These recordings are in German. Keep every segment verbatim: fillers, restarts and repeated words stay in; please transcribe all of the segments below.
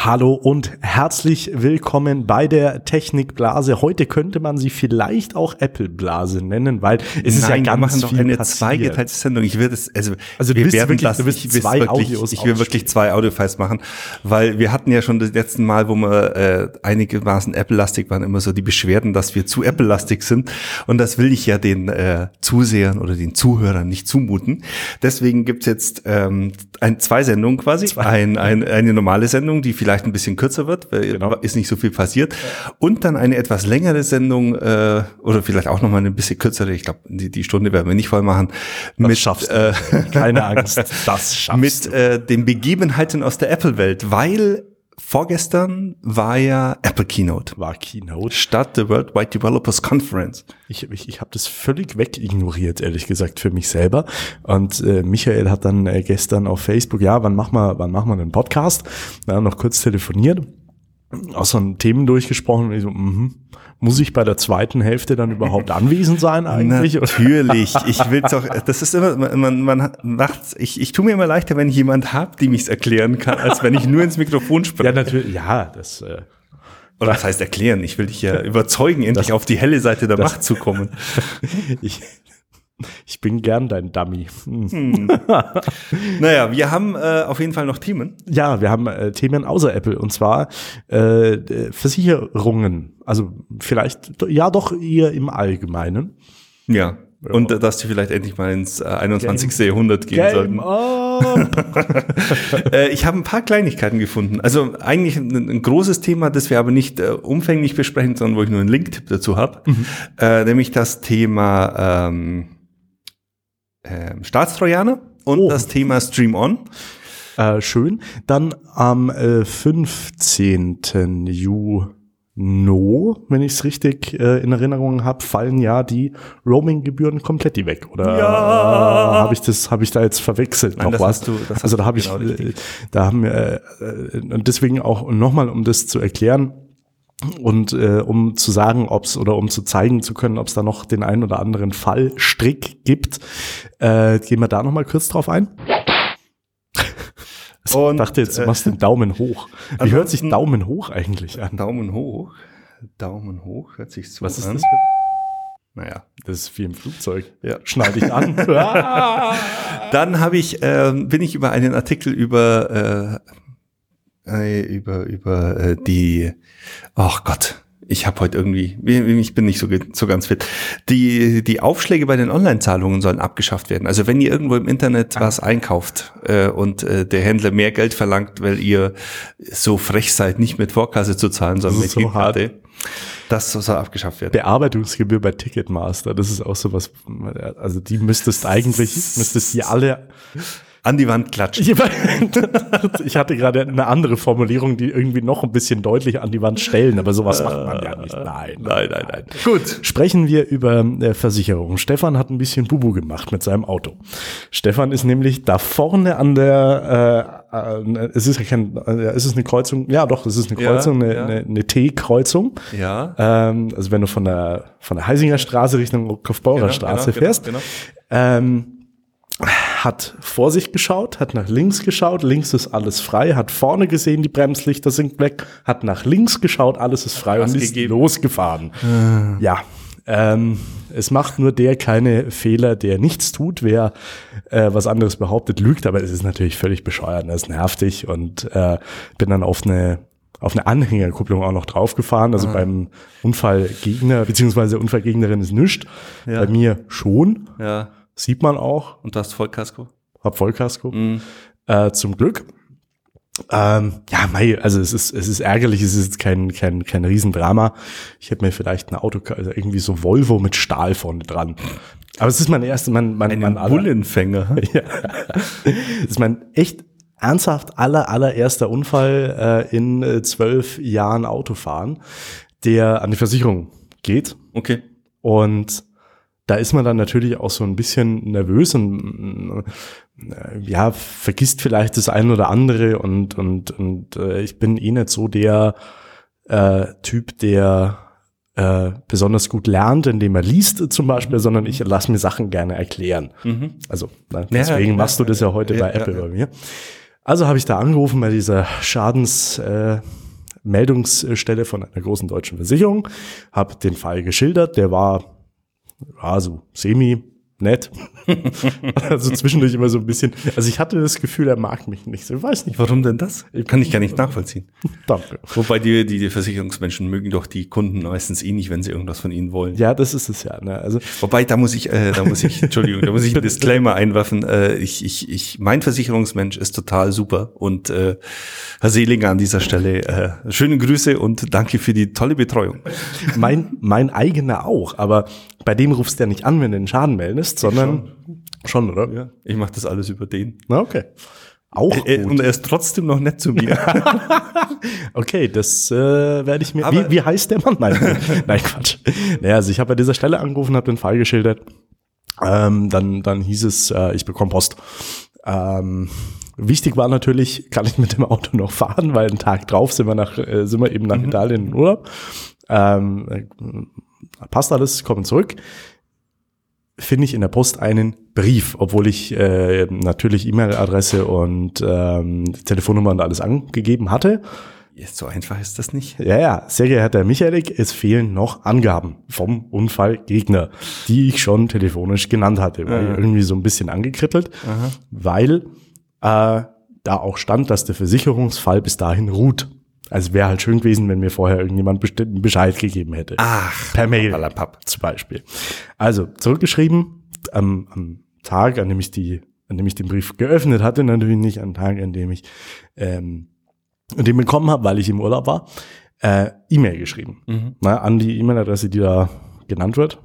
Hallo und herzlich willkommen bei der Technikblase. Heute könnte man sie vielleicht auch Apple-Blase nennen, weil es ist Nein, ja ganz wir machen doch viel eine passiert. zweigeteilte Sendung. Ich würde es, also, also wir du werden wirklich, das, du willst ich will zwei wirklich, Audios ich will wirklich zwei Audiofiles machen, weil wir hatten ja schon das letzte Mal, wo wir äh, einigermaßen Apple-lastig waren, immer so die Beschwerden, dass wir zu Apple-lastig sind, und das will ich ja den äh, Zusehern oder den Zuhörern nicht zumuten. Deswegen gibt's jetzt ähm, ein, zwei Sendungen quasi, zwei. Ein, ein, eine normale Sendung, die vielleicht ein bisschen kürzer wird, weil genau. ist nicht so viel passiert, ja. Und dann eine etwas längere Sendung äh, oder vielleicht auch nochmal eine bisschen kürzere, ich glaube, die, die Stunde werden wir nicht voll machen. Das mit, schaffst du. Äh, keine Angst, das schaffst mit, du. Mit äh, den Begebenheiten aus der Apple-Welt, weil vorgestern war ja Apple Keynote. War Keynote. Statt der Worldwide Developers Conference. Ich, ich, ich habe das völlig wegignoriert, ehrlich gesagt, für mich selber. Und äh, Michael hat dann äh, gestern auf Facebook, ja, wann machen wir, wann machen wir einen Podcast? Wir haben noch kurz telefoniert, auch so ein Themen durchgesprochen. Und ich so, mhm. Muss ich bei der zweiten Hälfte dann überhaupt anwesend sein eigentlich? Natürlich. Ich will doch, das ist immer, man, man macht, ich, ich tue mir immer leichter, wenn ich jemand habe, die mich's erklären kann, als wenn ich nur ins Mikrofon spreche. Ja, natürlich, ja, das, äh, oder was heißt erklären? Ich will dich ja überzeugen, endlich das, auf die helle Seite der das, Macht zu kommen. ich, Ich bin gern dein Dummy. Hm. Naja, wir haben äh, auf jeden Fall noch Themen. Ja, wir haben äh, Themen außer Apple, und zwar äh, Versicherungen. Also vielleicht, ja doch eher im Allgemeinen. Ja, ja. Und äh, dass die vielleicht endlich mal ins äh, einundzwanzigste Jahrhundert gehen Game sollten. äh, ich habe ein paar Kleinigkeiten gefunden. Also eigentlich ein, ein großes Thema, das wir aber nicht äh, umfänglich besprechen, sondern wo ich nur einen Link-Tipp dazu habe. Mhm. Äh, nämlich das Thema ähm, äh, Staatstrojaner und oh. das Thema Stream On. Äh, schön. Dann am äh, fünfzehnten Juni, wenn ich es richtig äh, in Erinnerung habe, fallen ja die Roaming-Gebühren komplett die weg. Oder ja. äh, habe ich das, habe ich da jetzt verwechselt? Nein, noch das was? Hast du, das also da habe ich, genau äh, da haben wir äh, und deswegen auch nochmal, um das zu erklären und äh, um zu sagen, ob es oder um zu zeigen zu können, ob es da noch den einen oder anderen Fallstrick gibt, äh, gehen wir da nochmal kurz drauf ein. Und, ich dachte jetzt, du machst den Daumen hoch. Wie also hört sich Daumen hoch eigentlich an? Daumen hoch? Daumen hoch hört sich so Was ist an. das für? Naja. Das ist wie im Flugzeug. Ja. Schneide ich an. Dann habe ich, äh, bin ich über einen Artikel über, äh, über, über äh, die, ach Gott, ich habe heute irgendwie, ich bin nicht so, so ganz fit. Die, die Aufschläge bei den Online-Zahlungen sollen abgeschafft werden. Also wenn ihr irgendwo im Internet was einkauft äh, und äh, der Händler mehr Geld verlangt, weil ihr so frech seid, nicht mit Vorkasse zu zahlen, sondern mit Kreditkarte, das soll abgeschafft werden. Bearbeitungsgebühr bei Ticketmaster, das ist auch sowas, also die müsstest eigentlich, müsstest ihr alle an die Wand klatschen. Ich hatte gerade eine andere Formulierung, die irgendwie noch ein bisschen deutlich an die Wand stellen, aber sowas macht man ja nicht. Nein, nein, nein, nein. Gut. Sprechen wir über äh, Versicherung. Stefan hat ein bisschen Bubu gemacht mit seinem Auto. Stefan ist nämlich da vorne an der, äh, äh, es ist ja kein, äh, ist es eine Kreuzung? Ja, doch, es ist eine Kreuzung, ja, eine, ja. eine, eine T-Kreuzung. Ja. Ähm, also wenn du von der, von der Heisinger Straße Richtung Kaufbauer genau, Straße genau, fährst. Genau, genau. Ähm, hat vor sich geschaut, hat nach links geschaut, links ist alles frei, hat vorne gesehen, die Bremslichter sind weg, hat nach links geschaut, alles ist frei und ist losgefahren. Hm. Ja, ähm, es macht nur der keine Fehler, der nichts tut. Wer äh, was anderes behauptet, lügt, aber es ist natürlich völlig bescheuert, es nervt dich, und äh, bin dann auf eine auf eine Anhängerkupplung auch noch draufgefahren, also ah. beim Unfallgegner, beziehungsweise Unfallgegnerin ist nichts, ja. Bei mir schon. Ja. Sieht man auch. Und du hast Vollkasko? Hab Vollkasko. Mm. Äh, zum Glück. Ähm, ja, mei, also es ist, es ist ärgerlich, es ist kein, kein, kein Riesendrama. Ich hätte mir vielleicht ein Auto, also irgendwie so Volvo mit Stahl vorne dran. Aber es ist mein erster, mein, mein, mein Bullenfänger. Ja. Das ist mein echt ernsthaft aller, allererster Unfall äh, in äh, zwölf Jahren Autofahren, der an die Versicherung geht. Okay. Und da ist man dann natürlich auch so ein bisschen nervös und äh, ja, vergisst vielleicht das eine oder andere, und und und äh, ich bin eh nicht so der äh, Typ, der äh, besonders gut lernt, indem er liest zum Beispiel, mhm. sondern ich lasse mir Sachen gerne erklären. Mhm. Also na, deswegen ja, machst ja, du das ja heute ja, bei ja, Apple ja. bei mir. Also habe ich da angerufen bei dieser Schadensmeldungsstelle äh, von einer großen deutschen Versicherung, habe den Fall geschildert, der war ja, so semi nett. Also zwischendurch immer so ein bisschen. Also ich hatte das Gefühl, er mag mich nicht. Ich weiß nicht. Warum denn das? Kann ich gar nicht nachvollziehen. Danke. Wobei die, die, die Versicherungsmenschen mögen doch die Kunden meistens eh nicht, wenn sie irgendwas von ihnen wollen. Ja, das ist es ja. Ne? Also Wobei, da muss ich, äh, da muss ich, Entschuldigung, da muss ich einen Disclaimer einwerfen. Äh, ich, ich, ich, mein Versicherungsmensch ist total super. Und äh, Herr Seelinger an dieser Stelle, äh, schöne Grüße und danke für die tolle Betreuung. Mein, mein eigener auch, aber bei dem rufst du ja nicht an, wenn du den Schaden meldest, sondern schon, schon oder? Ja, ich mache das alles über den. Na, okay. Auch äh, gut. Und er ist trotzdem noch nett zu mir. Okay, das äh, werde ich mir... Aber wie, wie heißt der Mann? Nein, nein Quatsch. Naja, also ich habe bei dieser Stelle angerufen, habe den Fall geschildert. Ähm, dann, dann hieß es, äh, ich bekomme Post. Ähm, wichtig war natürlich, kann ich mit dem Auto noch fahren, weil einen Tag drauf sind wir, nach, äh, sind wir eben nach mhm. Italien in Urlaub. Ähm, äh, passt alles, kommen zurück. Finde ich in der Post einen Brief, obwohl ich äh, natürlich E-Mail-Adresse und ähm, Telefonnummer und alles angegeben hatte. Jetzt so einfach ist das nicht. Ja, ja, sehr geehrter Michaelik, es fehlen noch Angaben vom Unfallgegner, die ich schon telefonisch genannt hatte. War ja. irgendwie so ein bisschen angekrittelt, Aha. weil äh, da auch stand, dass der Versicherungsfall bis dahin ruht. Also wäre halt schön gewesen, wenn mir vorher irgendjemand bestimmt Bescheid gegeben hätte. Ach, per Mail Papalapap. zum Beispiel. Also zurückgeschrieben am, am Tag, an dem ich die, an dem ich den Brief geöffnet hatte, natürlich nicht am Tag, an dem ich ähm, den bekommen habe, weil ich im Urlaub war, äh, E-Mail geschrieben. Mhm. Na, an die E-Mail-Adresse, die da genannt wird.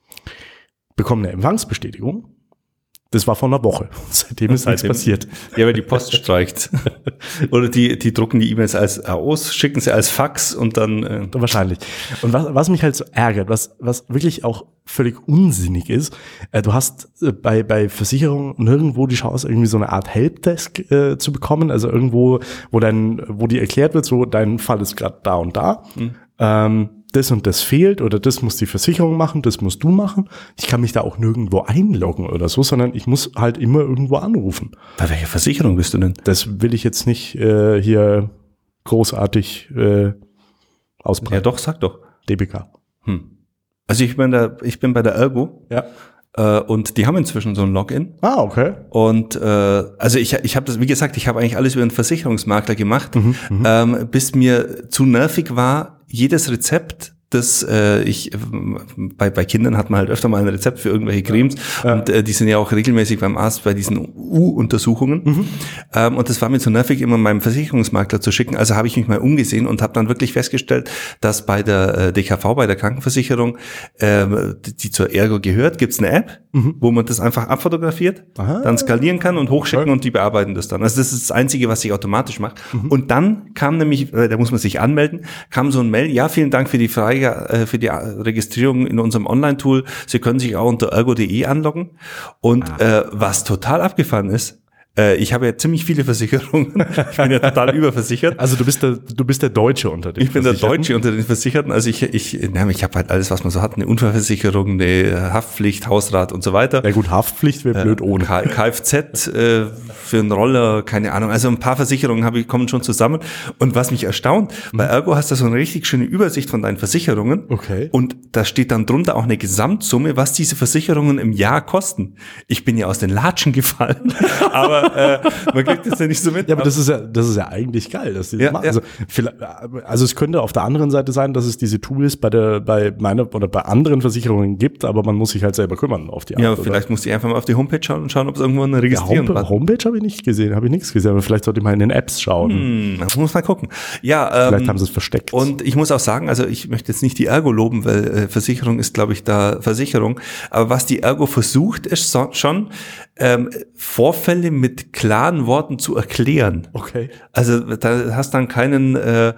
Bekommen eine Empfangsbestätigung. Das war vor einer Woche. Seitdem ist nichts passiert. Ja, weil die Post streikt. Oder die, die drucken die E-Mails als aus, schicken sie als Fax und dann... Äh Wahrscheinlich. Und was, was mich halt so ärgert, was, was wirklich auch völlig unsinnig ist, äh, du hast äh, bei, bei Versicherungen nirgendwo die Chance, irgendwie so eine Art Helpdesk äh, zu bekommen. Also irgendwo, wo dein, wo dir erklärt wird, so dein Fall ist gerade da und da. Mhm. Ähm, das und das fehlt oder das muss die Versicherung machen, das musst du machen. Ich kann mich da auch nirgendwo einloggen oder so, sondern ich muss halt immer irgendwo anrufen. Bei welcher Versicherung bist du denn? Das will ich jetzt nicht äh, hier großartig äh, ausbreiten. Ja doch, sag doch. D B K. Hm. Also ich bin da, ich bin bei der Ergo. Ja. Äh, und die haben inzwischen so ein Login. Ah, okay. Und äh, also ich, ich habe das, wie gesagt, ich habe eigentlich alles über einen Versicherungsmakler gemacht, mhm, ähm, bis mir zu nervig war, jedes Rezept, das äh, ich bei bei Kindern hat man halt öfter mal ein Rezept für irgendwelche Cremes ja. und äh, die sind ja auch regelmäßig beim Arzt bei diesen U-Untersuchungen mhm. ähm, und das war mir zu nervig, immer meinem Versicherungsmakler zu schicken. Also habe ich mich mal umgesehen und habe dann wirklich festgestellt, dass bei der äh, D K V, bei der Krankenversicherung, äh, die zur Ergo gehört, gibt's eine App, mhm. wo man das einfach abfotografiert, Aha. dann skalieren kann und hochschicken okay. und die bearbeiten das dann. Also das ist das Einzige, was sich automatisch macht. Mhm. Und dann kam nämlich, äh, da muss man sich anmelden, kam so ein Mail, ja, vielen Dank für die Frage, für die Registrierung in unserem Online-Tool. Sie können sich auch unter ergo punkt de anloggen. Und ah. äh, was total abgefahren ist, äh, ich habe ja ziemlich viele Versicherungen. Ich bin ja total überversichert. Also du bist der, du bist der Deutsche unter den Ich bin der Deutsche unter den Versicherten. Also ich, ich, na, ich habe halt alles, was man so hat. Eine Unfallversicherung, eine Haftpflicht, Hausrat und so weiter. Ja gut, Haftpflicht wäre blöd ohne. K- Kfz äh, für einen Roller, keine Ahnung. Also ein paar Versicherungen habe ich, kommen schon zusammen. Und was mich erstaunt, mhm. bei Ergo hast du so eine richtig schöne Übersicht von deinen Versicherungen. Okay. Und da steht dann drunter auch eine Gesamtsumme, was diese Versicherungen im Jahr kosten. Ich bin ja aus den Latschen gefallen, aber äh, man kriegt das ja nicht so mit. Ja, aber das ist ja, das ist ja eigentlich geil, dass die das ja, machen. Ja. Also, also es könnte auf der anderen Seite sein, dass es diese Tools bei der, bei meiner oder bei anderen Versicherungen gibt, aber man muss sich halt selber kümmern auf die Art. Ja, vielleicht oder? Muss ich einfach mal auf die Homepage schauen und schauen, ob es irgendwo eine Registrierung gibt. Ja, Homepage, Homepage habe ich nicht gesehen, habe ich nichts gesehen, aber vielleicht sollte ich mal in den Apps schauen. Hm, muss mal gucken. Ja, ähm, vielleicht haben sie es versteckt. Und ich muss auch sagen, also ich möchte jetzt nicht die Ergo loben, weil äh, Versicherung ist, glaube ich, da Versicherung. Aber was die Ergo versucht, ist so, schon ähm, Vorfälle mit klaren Worten zu erklären. Okay. Also da hast dann keinen äh,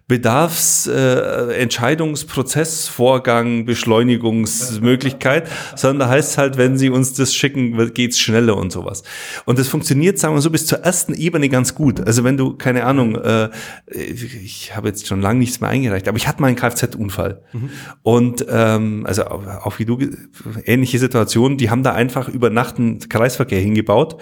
Bedarfsentscheidungsprozess, äh, Vorgang, Beschleunigungsmöglichkeit, sondern da heißt es halt, wenn sie uns das schicken, geht's schneller und sowas. Und das funktioniert, sagen wir so, bis zur ersten Ebene ganz gut. Also wenn du, keine Ahnung, äh, ich habe jetzt schon lange nichts mehr eingereicht, aber ich hatte mal einen Kfz-Unfall. Mhm. Und ähm, also auch, auch wie du, ähnliche Situationen, die haben da einfach über Nacht einen Kreis Kreisverkehr hingebaut.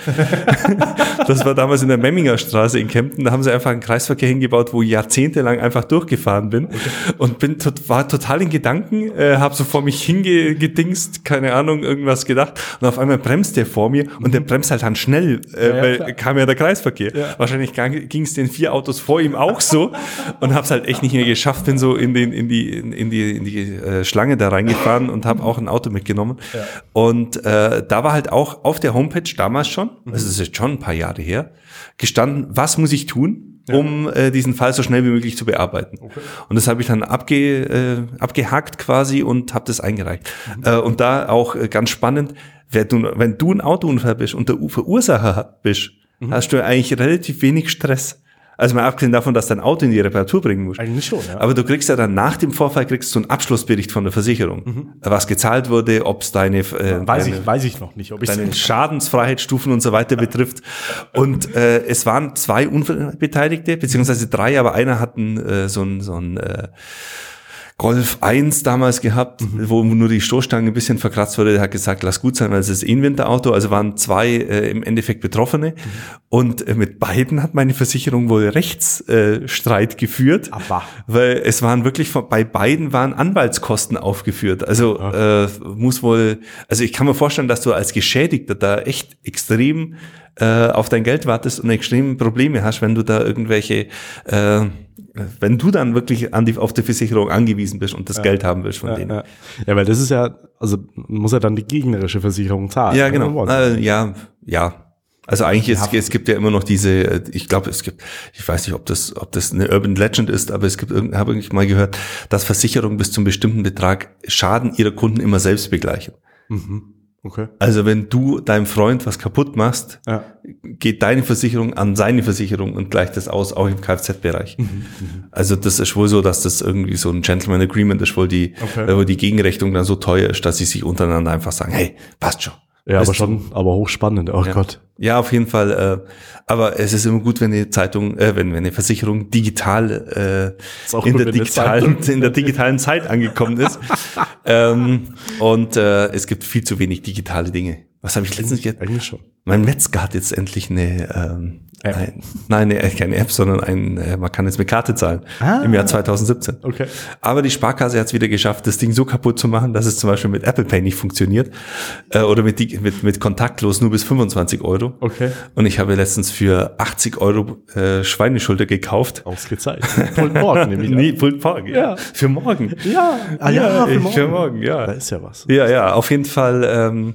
Das war damals in der Memminger Straße in Kempten. Da haben sie einfach einen Kreisverkehr hingebaut, wo ich jahrzehntelang einfach durchgefahren bin. Okay. Und bin war total in Gedanken, äh, habe so vor mich hingedingst, keine Ahnung, irgendwas gedacht. Und auf einmal bremst der vor mir und der bremst halt dann schnell, äh, ja, ja, weil klar. kam ja der Kreisverkehr. Ja. Wahrscheinlich ging es den vier Autos vor ihm auch so und habe es halt echt nicht mehr geschafft, bin so in den in die in, in die in die äh, Schlange da reingefahren und habe auch ein Auto mitgenommen. Ja. Und äh, da war halt auch auf der Homepage damals schon, das ist jetzt schon ein paar Jahre her, gestanden, was muss ich tun, um äh, diesen Fall so schnell wie möglich zu bearbeiten. Okay. Und das habe ich dann abge, äh, abgehakt quasi und habe das eingereicht. Mhm. Äh, und da auch äh, ganz spannend, wenn du, wenn du ein Autounfall bist und der Verursacher bist, mhm. hast du eigentlich relativ wenig Stress. Also mal abgesehen davon, dass dein Auto in die Reparatur bringen musst. Eigentlich schon, ja. Aber du kriegst ja dann nach dem Vorfall kriegst du einen Abschlussbericht von der Versicherung, mhm. was gezahlt wurde, ob es deine, äh, weiß deine, ich, weiß ich noch nicht, ob ich deine Schadensfreiheitsstufen und so weiter betrifft. Und äh, es waren zwei Unbeteiligte, beziehungsweise drei, aber einer hat ein, äh, so ein, so ein äh, Golf eins damals gehabt, mhm. wo nur die Stoßstange ein bisschen verkratzt wurde. Der hat gesagt, lass gut sein, weil es ist eh ein Winterauto. Also waren zwei äh, im Endeffekt Betroffene. Mhm. Und äh, mit beiden hat meine Versicherung wohl Rechtsstreit äh, geführt. Aber. Weil es waren wirklich, bei beiden waren Anwaltskosten aufgeführt. Also ja. äh, muss wohl, also ich kann mir vorstellen, dass du als Geschädigter da echt extrem äh, auf dein Geld wartest und extreme Probleme hast, wenn du da irgendwelche äh, wenn du dann wirklich an die, auf die Versicherung angewiesen bist und das ja. Geld haben willst von ja, denen. Ja. ja, weil das ist ja, also muss ja dann die gegnerische Versicherung zahlen. Ja, genau. Äh, ja, ja. Also eigentlich ist, es gibt ja immer noch diese, ich glaube, es gibt, ich weiß nicht, ob das, ob das eine Urban Legend ist, aber es gibt, habe ich mal gehört, dass Versicherungen bis zum bestimmten Betrag Schaden ihrer Kunden immer selbst begleichen. Mhm. Okay. Also wenn du deinem Freund was kaputt machst, ja. geht deine Versicherung an seine Versicherung und gleicht das aus, auch im Kfz-Bereich. Mhm, also das ist wohl so, dass das irgendwie so ein Gentleman Agreement ist, wo die, okay. wo die Gegenrechnung dann so teuer ist, dass sie sich untereinander einfach sagen, hey, passt schon. Ja, aber schon, aber hochspannend, oh ja. Gott. Ja, auf jeden Fall. Äh, aber es ist immer gut, wenn eine Zeitung, äh, wenn, wenn eine Versicherung digital äh, in, der digitalen, in der digitalen Zeit angekommen ist. ähm, und äh, es gibt viel zu wenig digitale Dinge. Was habe ich letztens jetzt? Eigentlich schon. Mein Metzger hat jetzt endlich eine, ähm, ein, nein, eine, keine App, sondern ein, äh, man kann jetzt mit Karte zahlen ah, im Jahr zweitausendsiebzehn. Okay. Aber die Sparkasse hat es wieder geschafft, das Ding so kaputt zu machen, dass es zum Beispiel mit Apple Pay nicht funktioniert äh, oder mit, mit, mit kontaktlos nur bis fünfundzwanzig Euro. Okay. Und ich habe letztens für achtzig Euro äh, Schweineschulter gekauft. Ausgezeichnet. Pulled Pork nämlich. Nee, Pulled Pork, ja. ja. Für morgen. Ja, ah, ja, ja für, morgen. für morgen. Ja. Da ist ja was. Ja, ja, auf jeden Fall. Ähm,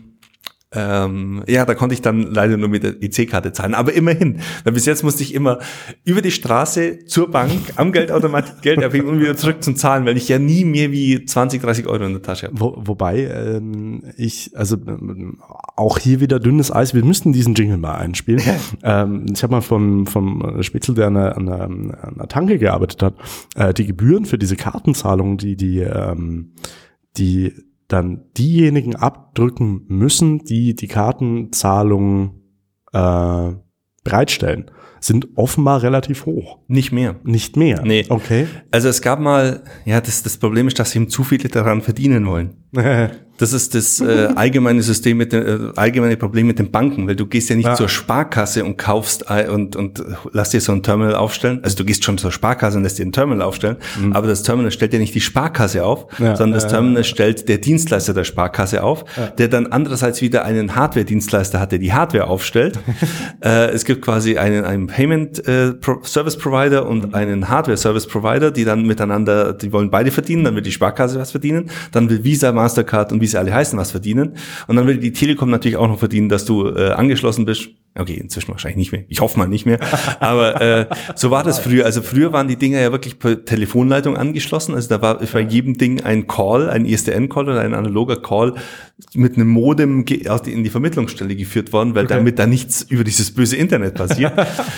Ähm, ja, da konnte ich dann leider nur mit der E C-Karte zahlen, aber immerhin. Weil bis jetzt musste ich immer über die Straße zur Bank am Geldautomat Geld abheben und wieder zurück zum Zahlen, weil ich ja nie mehr wie zwanzig, dreißig Euro in der Tasche habe. Wo, wobei ähm, ich, also ähm, auch hier wieder dünnes Eis, wir müssten diesen Jingle mal einspielen. ähm, ich habe mal vom, vom Spitzel, der an einer, an einer, an einer Tanke gearbeitet hat, äh, die Gebühren für diese Kartenzahlungen, die die ähm, die dann diejenigen abdrücken müssen, die die Kartenzahlung äh, bereitstellen, sind offenbar relativ hoch. Nicht mehr. Nicht mehr? Nee. Okay. Also es gab mal, ja, das, das Problem ist, dass eben zu viele daran verdienen wollen. Das ist das äh, allgemeine System mit dem, äh, allgemeine Problem mit den Banken, weil du gehst ja nicht ja. zur Sparkasse und kaufst äh, und und lass dir so ein Terminal aufstellen. Also du gehst schon zur Sparkasse und lässt dir ein Terminal aufstellen, mhm. aber das Terminal stellt ja nicht die Sparkasse auf, ja, sondern das Terminal äh, stellt der Dienstleister der Sparkasse auf, ja. der dann andererseits wieder einen Hardware-Dienstleister hat, der die Hardware aufstellt. äh, es gibt quasi einen einen Payment äh, Pro- Service Provider und mhm. einen Hardware Service Provider, die dann miteinander, die wollen beide verdienen, dann will die Sparkasse was verdienen, dann will Visa, Mastercard und wie sie alle heißen, was verdienen. Und dann will die Telekom natürlich auch noch verdienen, dass du äh, angeschlossen bist. Okay, inzwischen wahrscheinlich nicht mehr. Ich hoffe mal nicht mehr. Aber äh, so war das früher. Also früher waren die Dinger ja wirklich per Telefonleitung angeschlossen. Also da war bei jedem Ding ein Call, ein I S D N-Call oder ein analoger Call mit einem Modem in die Vermittlungsstelle geführt worden, weil okay. damit da nichts über dieses böse Internet passiert.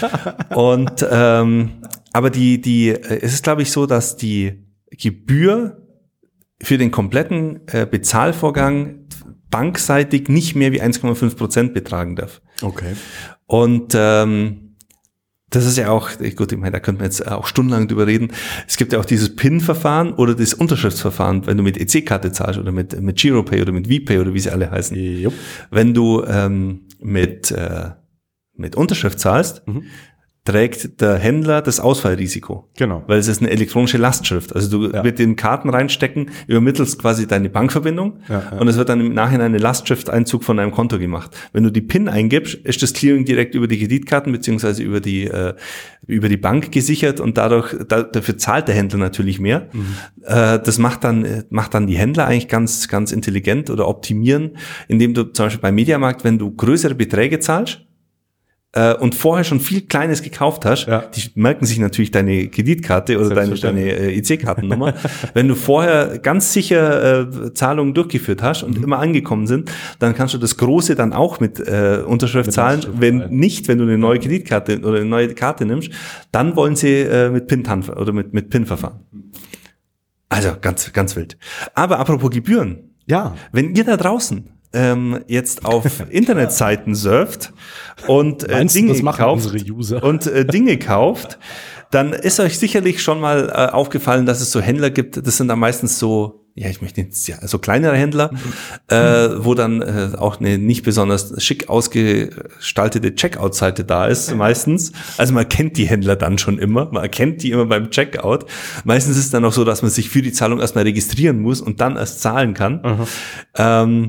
Und ähm, aber die, die, es ist glaube ich so, dass die Gebühr für den kompletten äh, Bezahlvorgang bankseitig nicht mehr wie eins Komma fünf Prozent betragen darf. Okay. Und ähm, das ist ja auch, gut, ich meine, da könnte man jetzt auch stundenlang drüber reden. Es gibt ja auch dieses P I N-Verfahren oder das Unterschriftsverfahren, wenn du mit E C-Karte zahlst oder mit mit Giropay oder mit VPay oder wie sie alle heißen. Jupp. Wenn du ähm, mit, äh, mit Unterschrift zahlst, mhm. trägt der Händler das Ausfallrisiko. Genau. Weil es ist eine elektronische Lastschrift. Also du ja. mit den Karten reinstecken, übermittelst quasi deine Bankverbindung ja, ja. und es wird dann im Nachhinein eine Lastschrifteinzug von deinem Konto gemacht. Wenn du die PIN eingibst, ist das Clearing direkt über die Kreditkarten beziehungsweise über die äh, über die Bank gesichert und dadurch da, dafür zahlt der Händler natürlich mehr. Mhm. Äh, das macht dann macht dann die Händler eigentlich ganz ganz intelligent oder optimieren, indem du zum Beispiel beim Mediamarkt, wenn du größere Beträge zahlst und vorher schon viel Kleines gekauft hast, ja. die merken sich natürlich deine Kreditkarte oder deine, deine äh, I C-Kartennummer. Wenn du vorher ganz sicher äh, Zahlungen durchgeführt hast und mhm. immer angekommen sind, dann kannst du das Große dann auch mit äh, Unterschrift mit zahlen. Wenn rein. Nicht, wenn du eine neue Kreditkarte oder eine neue Karte nimmst, dann wollen sie äh, mit PIN oder mit, mit PIN verfahren. Also ganz, ganz wild. Aber apropos Gebühren. Ja. Wenn ihr da draußen ähm, jetzt auf Internetseiten surft und äh, Meinst Dinge du, kauft unsere User? und äh, Dinge kauft, dann ist euch sicherlich schon mal äh, aufgefallen, dass es so Händler gibt, das sind dann meistens so, ja, ich möchte jetzt ja, so kleinere Händler, mhm. äh, wo dann äh, auch eine nicht besonders schick ausgestaltete Checkout-Seite da ist, meistens. Also man kennt die Händler dann schon immer, man erkennt die immer beim Checkout. Meistens ist es dann auch so, dass man sich für die Zahlung erstmal registrieren muss und dann erst zahlen kann. Mhm. Ähm,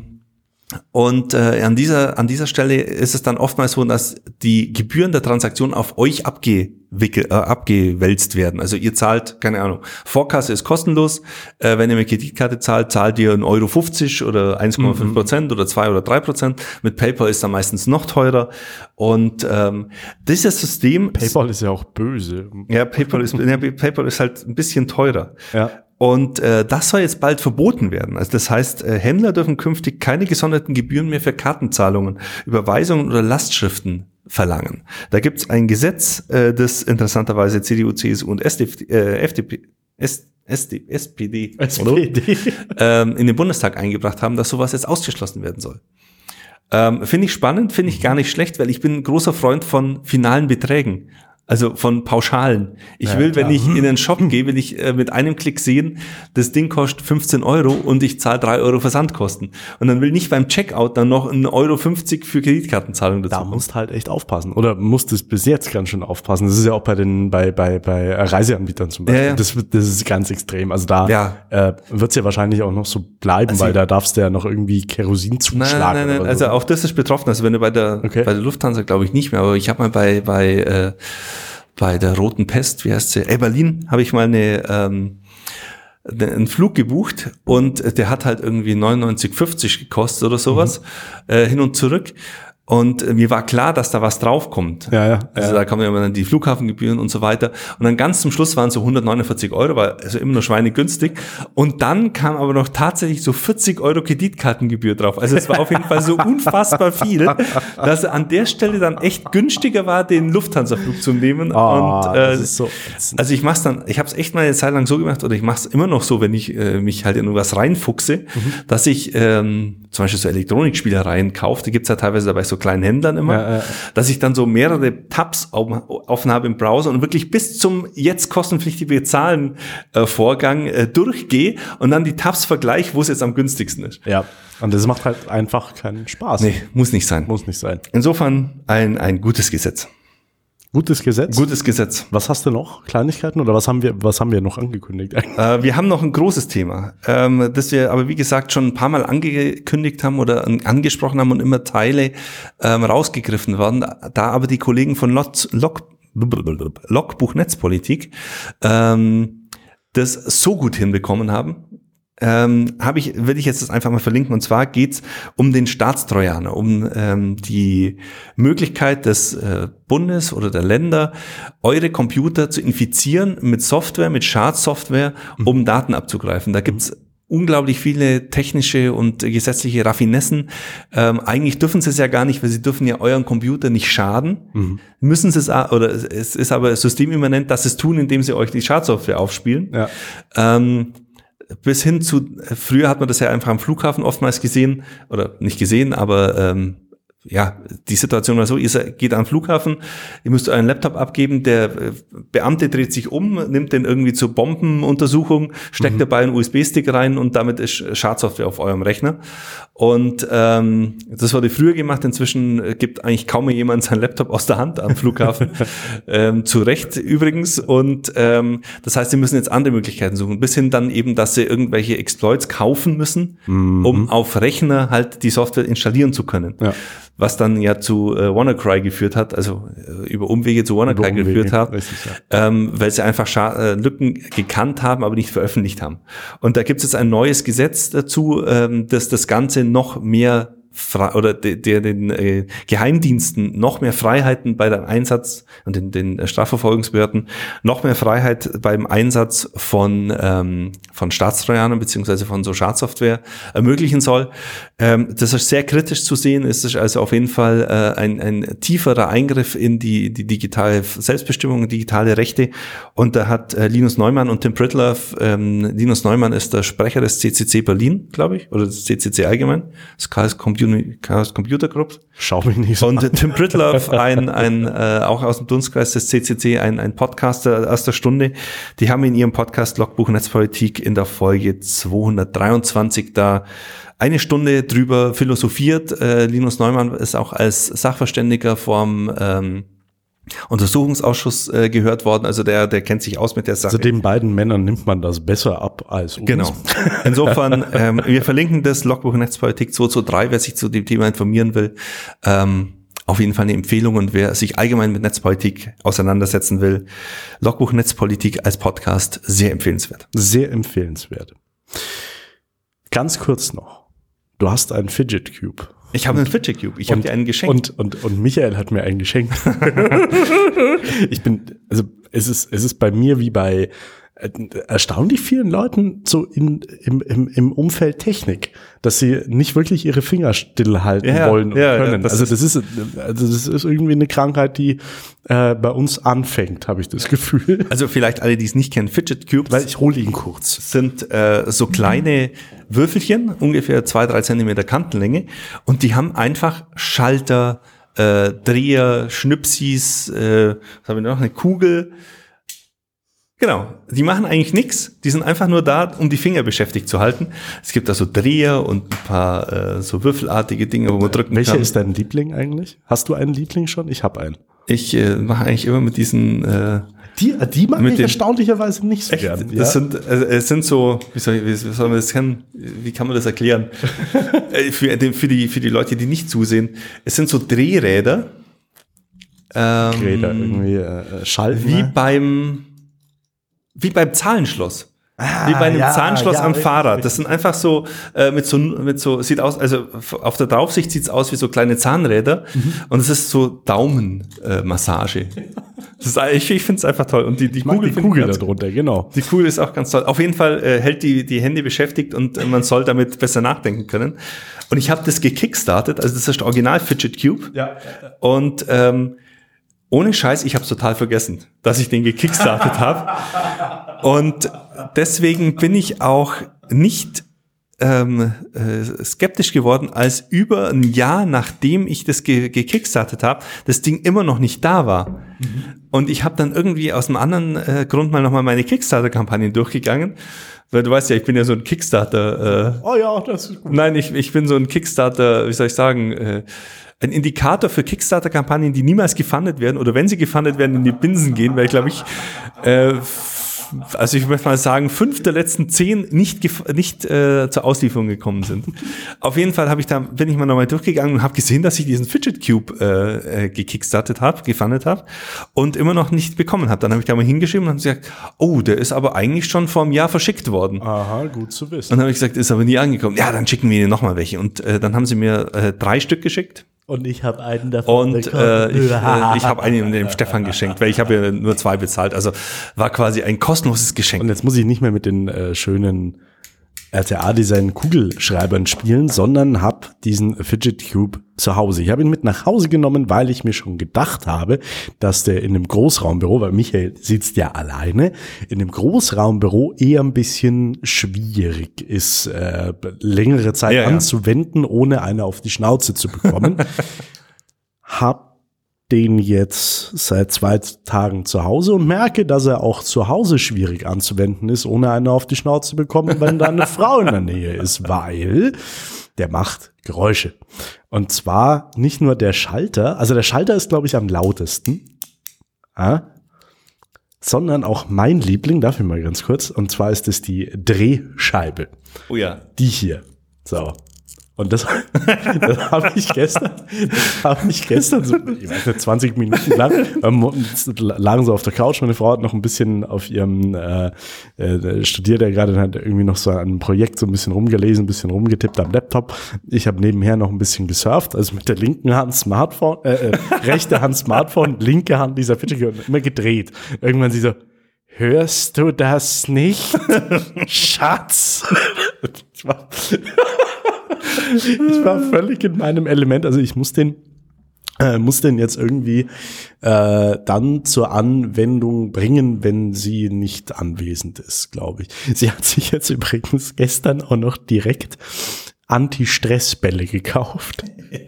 Und äh, an dieser an dieser Stelle ist es dann oftmals so, dass die Gebühren der Transaktion auf euch abgewickel, äh, abgewälzt werden. Also ihr zahlt, keine Ahnung, Vorkasse ist kostenlos. Äh, wenn ihr mit Kreditkarte zahlt, zahlt ihr einen Euro fünfzig oder eins Komma fünf Prozent mhm. oder zwei oder drei Prozent. Mit PayPal ist dann meistens noch teurer. Und ähm, dieses System... PayPal ist ja auch böse. Ja, PayPal ist, ja, PayPal ist halt ein bisschen teurer. Ja. Und äh, das soll jetzt bald verboten werden. Also das heißt, äh, Händler dürfen künftig keine gesonderten Gebühren mehr für Kartenzahlungen, Überweisungen oder Lastschriften verlangen. Da gibt es ein Gesetz, äh, das interessanterweise C D U, C S U und S D, äh, F D P, S, SD, S P D, S P D. ähm, in den Bundestag eingebracht haben, dass sowas jetzt ausgeschlossen werden soll. Ähm, finde ich spannend, finde ich gar nicht schlecht, weil ich bin ein großer Freund von finalen Beträgen. Also von Pauschalen. Ich ja, will, klar. wenn ich in den Shop gehe, will ich äh, mit einem Klick sehen, das Ding kostet fünfzehn Euro und ich zahle drei Euro Versandkosten. Und dann will nicht beim Checkout dann noch ein Euro fünfzig für Kreditkartenzahlung dazu. Da musst halt echt aufpassen. Oder musst es bis jetzt ganz schön aufpassen. Das ist ja auch bei den bei bei bei Reiseanbietern zum Beispiel. Ja, ja. Das, das ist ganz extrem. Also da ja. äh, wird es ja wahrscheinlich auch noch so bleiben, also weil da darfst du ja noch irgendwie Kerosin zuschlagen. Nein, nein, nein. Oder also so. Auch das ist betroffen. Also wenn du bei der okay. bei der Lufthansa glaube ich nicht mehr, aber ich habe mal bei bei äh, bei der Roten Pest, wie heißt sie? Ey, Berlin habe ich mal eine, ähm, einen Flug gebucht und der hat halt irgendwie neunundneunzig fünfzig gekostet oder sowas, mhm. äh, hin und zurück. Und äh, mir war klar, dass da was draufkommt. Ja, ja. Also ja. da kommen ja immer dann die Flughafengebühren und so weiter. Und dann ganz zum Schluss waren es so hundertneunundvierzig Euro, war also immer nur schweinegünstig. Und dann kam aber noch tatsächlich so vierzig Euro Kreditkartengebühr drauf. Also es war auf jeden Fall so unfassbar viel, dass an der Stelle dann echt günstiger war, den Lufthansa-Flug zu nehmen. Oh, und äh, das ist so. Also ich mach's dann, ich habe es echt mal eine Zeit lang so gemacht, oder ich mache es immer noch so, wenn ich äh, mich halt in irgendwas reinfuchse, mhm. dass ich ähm, zum Beispiel so Elektronikspielereien kaufe, die gibt's ja teilweise dabei so kleinen Händlern immer, ja, ja. dass ich dann so mehrere Tabs offen habe im Browser und wirklich bis zum jetzt kostenpflichtig bezahlen äh, Vorgang äh, durchgehe und dann die Tabs vergleiche, wo es jetzt am günstigsten ist. Ja, und das macht halt einfach keinen Spaß. Nee, muss nicht sein. Muss nicht sein. Insofern ein, ein gutes Gesetz. Gutes Gesetz? Gutes Gesetz. Was hast du noch? Kleinigkeiten oder was haben wir, was haben wir noch angekündigt? Äh, wir haben noch ein großes Thema, ähm, das wir aber wie gesagt schon ein paar Mal angekündigt haben oder an, angesprochen haben und immer Teile ähm, rausgegriffen werden. Da aber die Kollegen von Lot, Log, Logbuch Netzpolitik ähm, das so gut hinbekommen haben, Ähm, habe ich, will ich jetzt das einfach mal verlinken, und zwar geht's um den Staatstrojaner, um ähm, die Möglichkeit des äh, Bundes oder der Länder, eure Computer zu infizieren mit Software, mit Schadsoftware, um mhm. Daten abzugreifen. Da gibt's unglaublich viele technische und gesetzliche Raffinessen. Ähm, eigentlich dürfen sie es ja gar nicht, weil sie dürfen ja euren Computer nicht schaden. Mhm. Müssen sie es, oder es ist aber systemimmanent, dass sie es tun, indem sie euch die Schadsoftware aufspielen. Ja. Ähm, bis hin zu, früher hat man das ja einfach am Flughafen oftmals gesehen, oder nicht gesehen, aber ähm, ja, die Situation war so, ihr geht an den Flughafen, ihr müsst euren Laptop abgeben, der Beamte dreht sich um, nimmt den irgendwie zur Bombenuntersuchung, steckt mhm. dabei einen U S B-Stick rein und damit ist Schadsoftware auf eurem Rechner. Und ähm, das wurde früher gemacht, inzwischen gibt eigentlich kaum mehr jemand seinen Laptop aus der Hand am Flughafen. ähm, zu Recht übrigens. Und ähm, das heißt, sie müssen jetzt andere Möglichkeiten suchen, bis hin dann eben, dass sie irgendwelche Exploits kaufen müssen, mhm. um auf Rechner halt die Software installieren zu können. Ja. Was dann ja zu äh, WannaCry geführt hat, also äh, über Umwege zu WannaCry Umwege, geführt hat, richtig, ja. ähm, weil sie einfach Scha- äh, Lücken gekannt haben, aber nicht veröffentlicht haben. Und da gibt es jetzt ein neues Gesetz dazu, ähm, dass das Ganze noch mehr Fre- oder de, de, den äh, Geheimdiensten noch mehr Freiheiten bei dem Einsatz und den, den äh, Strafverfolgungsbehörden noch mehr Freiheit beim Einsatz von ähm, von Staatstrojanern beziehungsweise von so Schadsoftware ermöglichen soll. Ähm, das ist sehr kritisch zu sehen. Es ist also auf jeden Fall äh, ein, ein tieferer Eingriff in die, die digitale Selbstbestimmung, digitale Rechte. Und da hat äh, Linus Neumann und Tim Pritlove, ähm, Linus Neumann ist der Sprecher des C C C Berlin, glaube ich, oder des C C C allgemein, das Chaos Computer Chaos Computer Group. Schau mich nicht so Und an. Tim Pritlove, ein, ein äh, auch aus dem Dunstkreis des C C C, ein, ein Podcaster aus der Stunde, die haben in ihrem Podcast Logbuch Netzpolitik in der Folge zweihundertdreiundzwanzig da eine Stunde drüber philosophiert. Äh, Linus Neumann ist auch als Sachverständiger vom ähm, Untersuchungsausschuss äh, gehört worden, also der der kennt sich aus mit der Sache. Also den beiden Männern nimmt man das besser ab als uns. Genau. Insofern, ähm, wir verlinken das Logbuch Netzpolitik zweihundertdrei, wer sich zu dem Thema informieren will. Ähm, auf jeden Fall eine Empfehlung, und wer sich allgemein mit Netzpolitik auseinandersetzen will, Logbuch Netzpolitik als Podcast, sehr empfehlenswert. Sehr empfehlenswert. Ganz kurz noch. Du hast einen Fidget Cube. Ich habe einen Fidget Cube. Ich habe dir einen geschenkt. Und, und, und Michael hat mir einen geschenkt. Ich bin, also es ist, es ist bei mir wie bei äh, erstaunlich vielen Leuten so in, im, im, im Umfeld Technik, dass sie nicht wirklich ihre Finger stillhalten ja, wollen und ja, können. Ja, das also das ist, also das ist irgendwie eine Krankheit, die äh, bei uns anfängt, habe ich das Gefühl. Also vielleicht alle, die es nicht kennen, Fidget Cubes. Weil ich hole ihn kurz. Sind äh, so kleine Würfelchen, ungefähr zwei, drei Zentimeter Kantenlänge, und die haben einfach Schalter, äh, Dreher, Schnipsis, äh, was haben wir noch, eine Kugel. Genau, die machen eigentlich nichts, die sind einfach nur da, um die Finger beschäftigt zu halten. Es gibt da so Dreher und ein paar äh, so würfelartige Dinge, wo man drücken Welcher kann. Welcher ist dein Liebling eigentlich? Hast du einen Liebling schon? Ich habe einen. Ich äh, mache eigentlich immer mit diesen äh, Die, die mag ich erstaunlicherweise nicht so echt, gern. Das ja? sind, äh, es sind so, wie soll, ich, wie soll man das kennen? Wie kann man das erklären? für, für, die, für die Leute, die nicht zusehen. Es sind so Drehräder. Ähm, Räder irgendwie äh, schalten. Wie beim, wie beim Zahlenschloss. Ah, Wie bei einem ja, Zahnschloss ja, am richtig, Fahrrad. richtig. Das sind einfach so, äh, mit so, mit so, sieht aus, also auf der Draufsicht sieht's aus wie so kleine Zahnräder, mhm. und es ist so Daumenmassage. Äh, das ist, ich ich finde es einfach toll. Und die, die ich mag Kugel, die Kugel da drunter, genau. Die Kugel ist auch ganz toll. Auf jeden Fall äh, hält die, die Hände beschäftigt, und äh, man soll damit besser nachdenken können. Und ich habe das gekickstartet, also das ist der Original Fidget Cube. Ja. Und, ähm, ohne Scheiß, ich habe es total vergessen, dass ich den gekickstartet habe. Und deswegen bin ich auch nicht ähm, äh, skeptisch geworden, als über ein Jahr, nachdem ich das ge- gekickstartet habe, das Ding immer noch nicht da war. Mhm. Und ich habe dann irgendwie aus einem anderen äh, Grund mal nochmal meine Kickstarter-Kampagnen durchgegangen. Weil du weißt ja, ich bin ja so ein Kickstarter. Äh, oh ja, das ist gut. Nein, ich, ich bin so ein Kickstarter, wie soll ich sagen, äh, ein Indikator für Kickstarter-Kampagnen, die niemals gefundet werden, oder wenn sie gefundet werden, in die Binsen gehen, weil ich glaube ich, äh, also ich möchte mal sagen, fünf der letzten zehn nicht gef- nicht äh, zur Auslieferung gekommen sind. Auf jeden Fall habe ich da bin ich mal nochmal durchgegangen und habe gesehen, dass ich diesen Fidget Cube äh, äh, gekickstartet habe, gefundet habe und immer noch nicht bekommen habe. Dann habe ich da mal hingeschrieben und habe gesagt, oh, der ist aber eigentlich schon vor einem Jahr verschickt worden. Aha, gut zu wissen. Und dann habe ich gesagt, ist aber nie angekommen. Ja, dann schicken wir dir nochmal welche. Und äh, dann haben sie mir äh, drei Stück geschickt. Und ich habe einen davon Und äh, ich, äh, ich habe einen dem Stefan geschenkt, weil ich habe ja nur zwei bezahlt. Also war quasi ein kostenloses Geschenk. Und jetzt muss ich nicht mehr mit den äh, schönen R T A-Design-Kugelschreibern spielen, sondern habe diesen Fidget Cube zu Hause. Ich habe ihn mit nach Hause genommen, weil ich mir schon gedacht habe, dass der in einem Großraumbüro, weil Michael sitzt ja alleine, in einem Großraumbüro eher ein bisschen schwierig ist, äh, längere Zeit ja, ja. anzuwenden, ohne eine auf die Schnauze zu bekommen. habe den jetzt seit zwei Tagen zu Hause und merke, dass er auch zu Hause schwierig anzuwenden ist, ohne eine auf die Schnauze zu bekommen, wenn da eine Frau in der Nähe ist, weil der macht Geräusche. Und zwar nicht nur der Schalter, also der Schalter ist, glaube ich, am lautesten, äh, sondern auch mein Liebling, darf ich mal ganz kurz, und zwar ist es die Drehscheibe. Oh ja. Die hier. So. Und das, das habe ich gestern, das habe ich gestern so, ich weiß nicht, zwanzig Minuten lang, ähm, lagen so auf der Couch. Meine Frau hat noch ein bisschen auf ihrem, äh, äh, studiert er gerade, hat irgendwie noch so an einem Projekt so ein bisschen rumgelesen, ein bisschen rumgetippt am Laptop. Ich habe nebenher noch ein bisschen gesurft, also mit der linken Hand Smartphone, äh, äh rechte Hand Smartphone, linke Hand dieser Fidget und immer gedreht. Irgendwann sie so, hörst du das nicht, Schatz? Ich war, ich war völlig in meinem Element. Also ich muss den, äh, muss den jetzt irgendwie äh, dann zur Anwendung bringen, wenn sie nicht anwesend ist, glaube ich. Sie hat sich jetzt übrigens gestern auch noch direkt Anti-Stress-Bälle gekauft.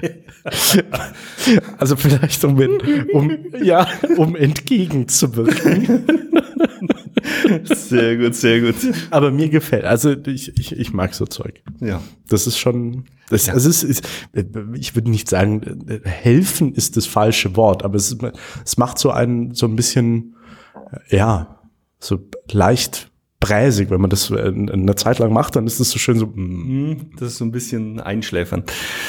Also vielleicht um, um, ja, um entgegenzuwirken. Sehr gut, sehr gut. Aber mir gefällt, also ich, ich, ich mag so Zeug. Ja. Das ist schon, das, ja. Also es ist, ich würde nicht sagen, helfen ist das falsche Wort, aber es, es macht so ein, so ein bisschen, ja, so leicht bräsig. Wenn man das eine Zeit lang macht, dann ist das so schön so. Das ist so ein bisschen einschläfern.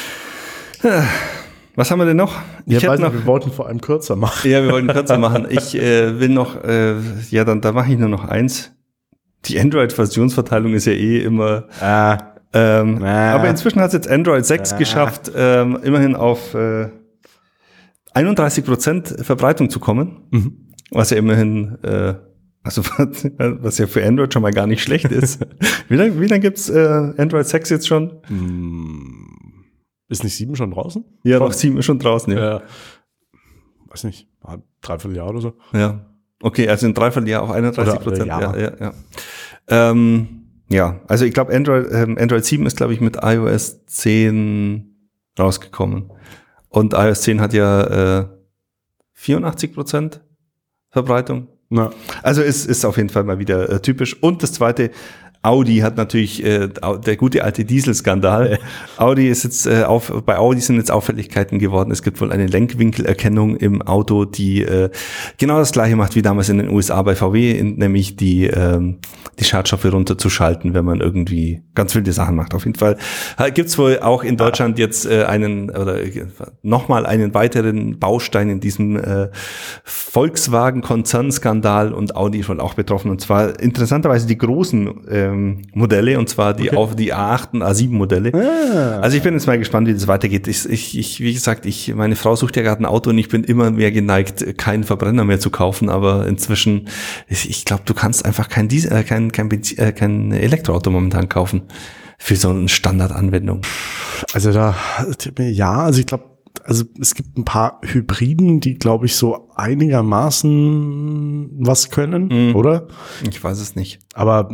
Was haben wir denn noch? Ich ja, weiß noch, wir wollten vor allem kürzer machen. Ja, wir wollten kürzer machen. Ich äh, will noch, äh, ja, dann da mache ich nur noch eins. Die Android-Versionsverteilung ist ja eh immer. Ah. Ähm, ah. Aber inzwischen hat es jetzt Android sechs ah. geschafft, ähm, immerhin auf äh, einunddreißig Prozent Verbreitung zu kommen. Mhm. Was ja immerhin, äh, also was ja für Android schon mal gar nicht schlecht ist. Wie lange wie lang gibt's äh, Android sechs jetzt schon? Mm. Ist nicht sieben schon draußen? Ja, noch sieben ist schon draußen, ja. ja. Weiß nicht, dreiviertel Jahr oder so. Ja. Okay, also in dreiviertel Jahr auf einunddreißig Prozent. Ja, ja, ja, ja. Ähm, ja, also ich glaube, Android, ähm, Android sieben ist, glaube ich, mit iOS zehn rausgekommen. Und iOS zehn hat ja äh, vierundachtzig Prozent Verbreitung. Na. Also ist, ist auf jeden Fall mal wieder äh, typisch. Und das zweite, Audi hat natürlich, äh, der gute alte Dieselskandal. Audi ist jetzt, äh, auf, bei Audi sind jetzt Auffälligkeiten geworden. Es gibt wohl eine Lenkwinkelerkennung im Auto, die äh, genau das gleiche macht wie damals in den U S A bei V W, in, nämlich die, ähm, die Schadstoffe runterzuschalten, wenn man irgendwie ganz wilde Sachen macht. Auf jeden Fall gibt's wohl auch in Deutschland jetzt äh, einen, oder äh, nochmal einen weiteren Baustein in diesem äh, Volkswagen-Konzernskandal, und Audi ist wohl auch betroffen. Und zwar interessanterweise die großen äh, Modelle, und zwar die okay. auf die A acht und A sieben Modelle. Ah. Also ich bin jetzt mal gespannt, wie das weitergeht. Ich, ich, ich, wie gesagt, ich, meine Frau sucht ja gerade ein Auto und ich bin immer mehr geneigt, keinen Verbrenner mehr zu kaufen, aber inzwischen, ich, ich glaube, du kannst einfach kein Diesel, äh, kein, kein, äh, kein Elektroauto momentan kaufen für so eine Standardanwendung. Also da, ja, also ich glaube, also es gibt ein paar Hybriden, die, glaube ich, so einigermaßen was können, mhm. oder? Ich weiß es nicht. Aber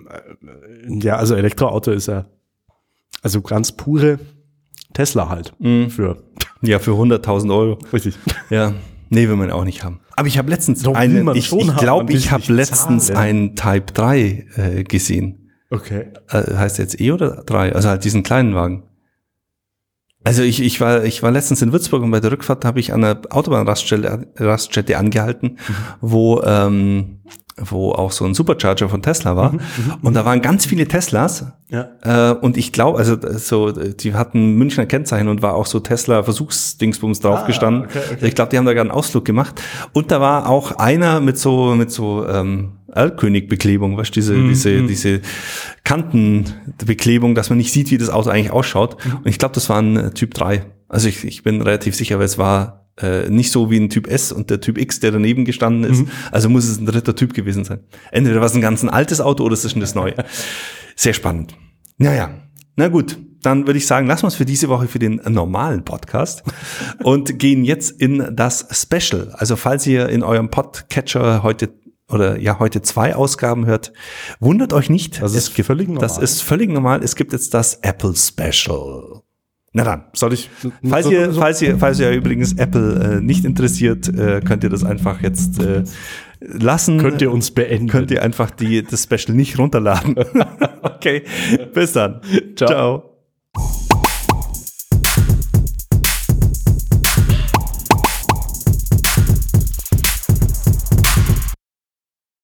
ja, also Elektroauto ist ja also ganz pure Tesla halt. Mhm. Für ja, für hunderttausend Euro. Richtig. Ja, nee, will man auch nicht haben. Aber ich habe letztens Doch, einen, ich glaube, ich, glaub, ich habe letztens zahlen. einen Type drei äh, gesehen. Okay. Äh, heißt jetzt E oder drei? Also halt diesen kleinen Wagen. Also ich, ich war ich war letztens in Würzburg und bei der Rückfahrt habe ich an einer Autobahnraststätte Raststätte angehalten, mhm. wo ähm, wo auch so ein Supercharger von Tesla war. Mhm, und da waren ganz viele Teslas. Ja. Äh, und ich glaube, also so, die hatten Münchner Kennzeichen und war auch so Tesla-Versuchsdingsbums drauf ah, gestanden. Okay, okay. Ich glaube, die haben da gerade einen Ausflug gemacht. Und da war auch einer mit so mit so ähm, Erlkönig-Beklebung, weißt du, diese, mhm. diese, diese Kantenbeklebung, dass man nicht sieht, wie das Auto eigentlich ausschaut. Mhm. Und ich glaube, das war ein Typ drei. Also ich, ich bin relativ sicher, weil es war äh, nicht so wie ein Typ S und der Typ X, der daneben gestanden ist. Mhm. Also muss es ein dritter Typ gewesen sein. Entweder war es ein ganz ein altes Auto oder es ist schon das neue. Sehr spannend. Naja, na gut. Dann würde ich sagen, lassen wir es für diese Woche für den normalen Podcast und gehen jetzt in das Special. Also falls ihr in eurem Podcatcher heute oder ja heute zwei Ausgaben hört, wundert euch nicht. Das ist völlig normal. Das ist völlig normal. Es gibt jetzt das Apple Special. Na dann. Soll ich? Falls so, ihr, so? falls ihr, falls ihr übrigens Apple äh, nicht interessiert, äh, könnt ihr das einfach jetzt äh, lassen. Könnt ihr uns beenden. Könnt ihr einfach die, das Special nicht runterladen. Okay, bis dann. Ciao. Ciao.